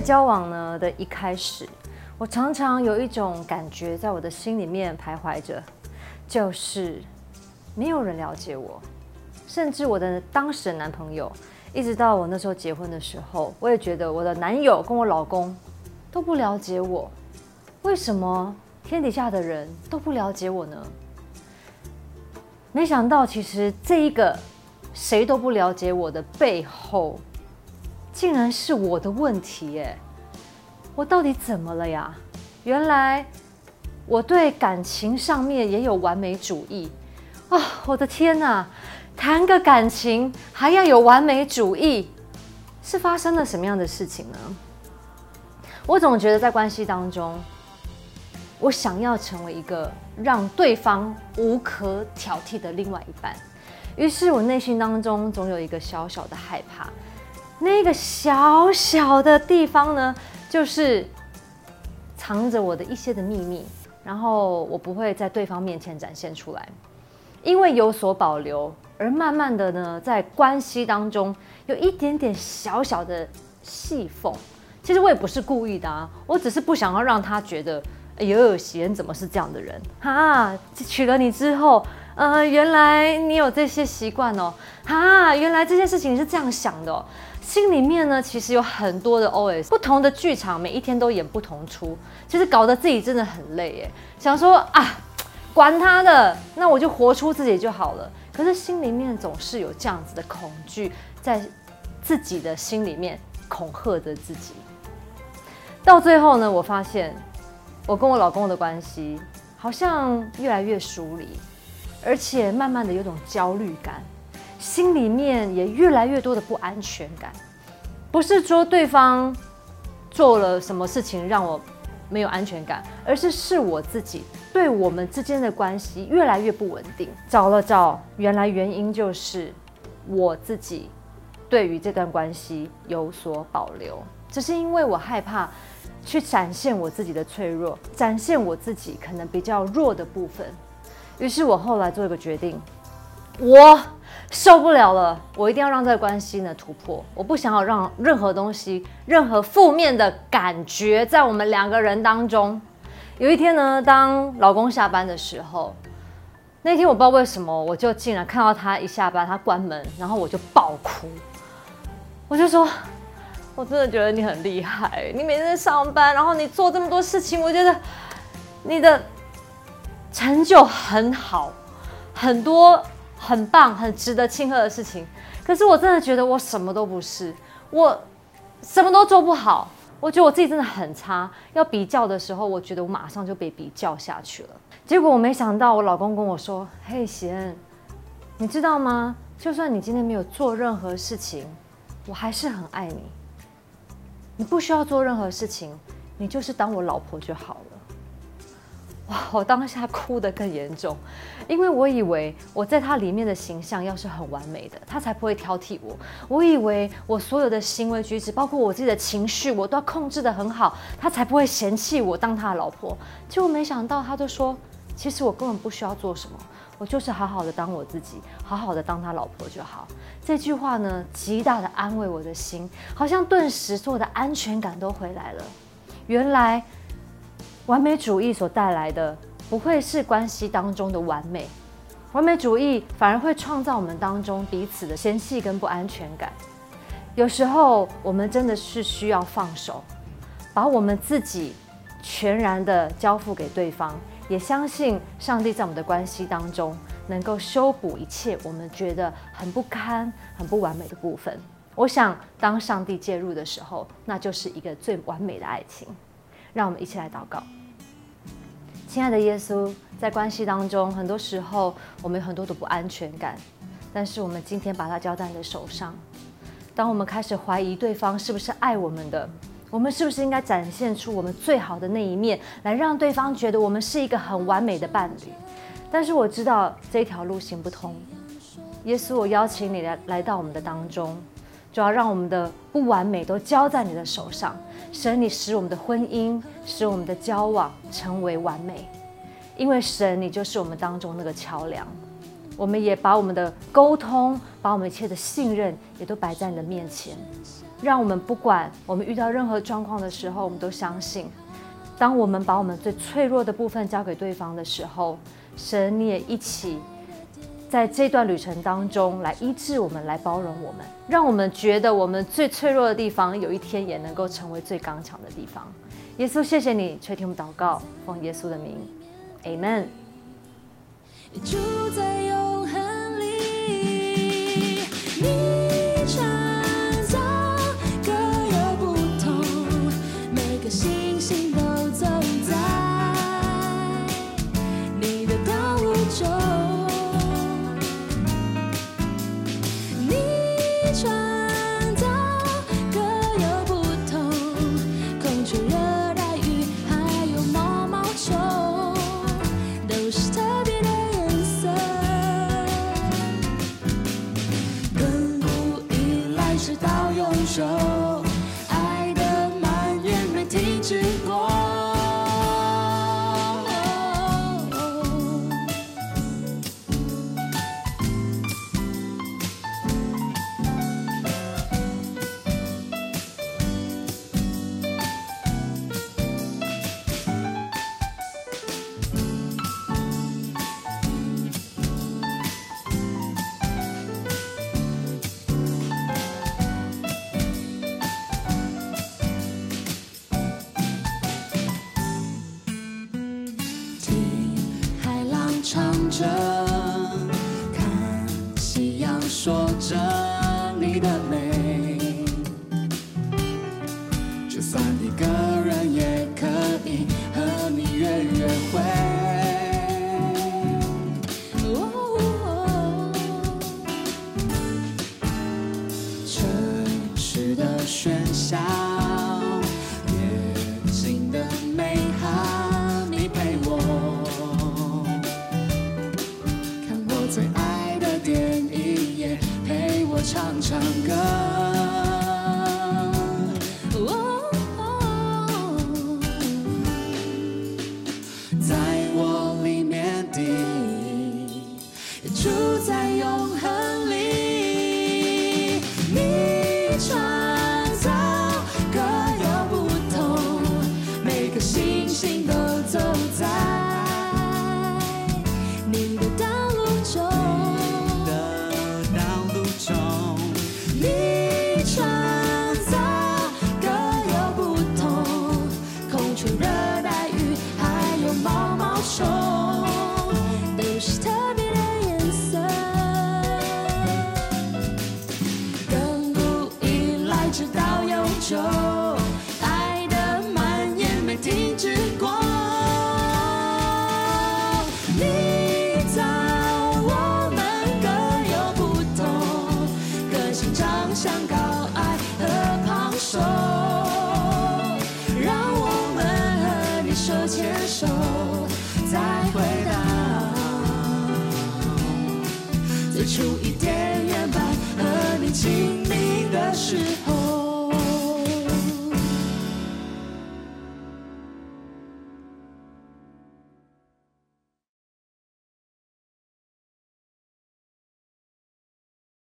交往呢的一开始，我常常有一种感觉在我的心里面徘徊着，就是没有人了解我，甚至我的当时的男朋友，一直到我那时候结婚的时候，我也觉得我的男友跟我老公都不了解我。为什么天底下的人都不了解我呢？没想到，其实这一个谁都不了解我的背后，竟然是我的问题耶！我到底怎么了呀？原来我对感情上面也有完美主义啊！我的天哪，谈个感情还要有完美主义，是发生了什么样的事情呢？我总觉得在关系当中，我想要成为一个让对方无可挑剔的另外一半，于是我内心当中总有一个小小的害怕。那个小小的地方呢，就是藏着我的一些的秘密，然后我不会在对方面前展现出来，因为有所保留，而慢慢的呢，在关系当中有一点点小小的细缝。其实我也不是故意的啊，我只是不想要让他觉得，哎呦，喜恩怎么是这样的人哈？娶了你之后，原来你有这些习惯哦，哈，原来这件事情你是这样想的哦。心里面呢，其实有很多的 OS， 不同的剧场，每一天都演不同出，其实搞得自己真的很累耶。想说啊，管他的，那我就活出自己就好了。可是心里面总是有这样子的恐惧，在自己的心里面恐吓着自己。到最后呢，我发现我跟我老公的关系好像越来越疏离，而且慢慢的有种焦虑感，心里面也越来越多的不安全感。不是说对方做了什么事情让我没有安全感，而是我自己对我们之间的关系越来越不稳定。找了找，原来原因就是我自己对于这段关系有所保留，只是因为我害怕去展现我自己的脆弱，展现我自己可能比较弱的部分。于是我后来做一个决定，我受不了了，我一定要让这个关系呢突破。我不想要让任何东西、任何负面的感觉在我们两个人当中。有一天呢，当老公下班的时候，那天我不知道为什么，我就竟然看到他一下班，他关门，然后我就爆哭。我就说，我真的觉得你很厉害，你每天在上班，然后你做这么多事情，我觉得你的成就很好，很多很棒、很值得庆贺的事情。可是我真的觉得我什么都不是，我什么都做不好，我觉得我自己真的很差。要比较的时候，我觉得我马上就被比较下去了。结果我没想到，我老公跟我说：“嘿，喜恩，你知道吗？就算你今天没有做任何事情，我还是很爱你。你不需要做任何事情，你就是当我老婆就好了。”哇！我当下哭得更严重，因为我以为我在他里面的形象要是很完美的，他才不会挑剔我。我以为我所有的行为举止，包括我自己的情绪，我都要控制得很好，他才不会嫌弃我当他的老婆。结果没想到，他就说：“其实我根本不需要做什么，我就是好好的当我自己，好好的当他老婆就好。”这句话呢，极大的安慰我的心，好像顿时所有的安全感都回来了。原来完美主义所带来的不会是关系当中的完美，完美主义反而会创造我们当中彼此的嫌弃跟不安全感。有时候我们真的是需要放手，把我们自己全然的交付给对方，也相信上帝在我们的关系当中能够修补一切我们觉得很不堪、很不完美的部分。我想，当上帝介入的时候，那就是一个最完美的爱情。让我们一起来祷告。亲爱的耶稣，在关系当中，很多时候我们有很多的不安全感，但是我们今天把它交在你的手上。当我们开始怀疑对方是不是爱我们的，我们是不是应该展现出我们最好的那一面，来让对方觉得我们是一个很完美的伴侣？但是我知道这条路行不通。耶稣，我邀请你来到我们的当中，就要让我们的不完美都交在你的手上。神，你使我们的婚姻，使我们的交往成为完美，因为神，你就是我们当中那个桥梁。 我们也把我们的沟通，把我们一切的信任，也都摆在你的面前。让我们不管我们遇到任何状况的时候，我们都相信，当我们把我们最脆弱的部分交给对方的时候，神你也一起在这段旅程当中来医治我们，来包容我们，让我们觉得我们最脆弱的地方，有一天也能够成为最刚强的地方。耶稣，谢谢你垂听我们祷告，奉耶稣的名 ，Amen。 住在永恒里，你创造各有不同，每个星星都走在你的道路中。你创造各有不同，空气、热带雨，还有毛毛虫，都是特别的。直到永久，爱的蔓延没停止过。唱着，看夕阳，说着你的美。就算一个人也可以和你约会。城市的喧嚣，夜景的美好，你陪我。最爱的电影也陪我唱唱歌，在我里面的也住在永恒里。你创造各有不同，每个星星都走在你的道路中。你创造各有不同，空气、热带雨，还有毛毛虫，都是特别的颜色。亘古以来，直到永久，爱的蔓延没停止过。像高爱和胖瘦，让我们和你手牵手，再回到最初伊甸园般和你亲密的时候。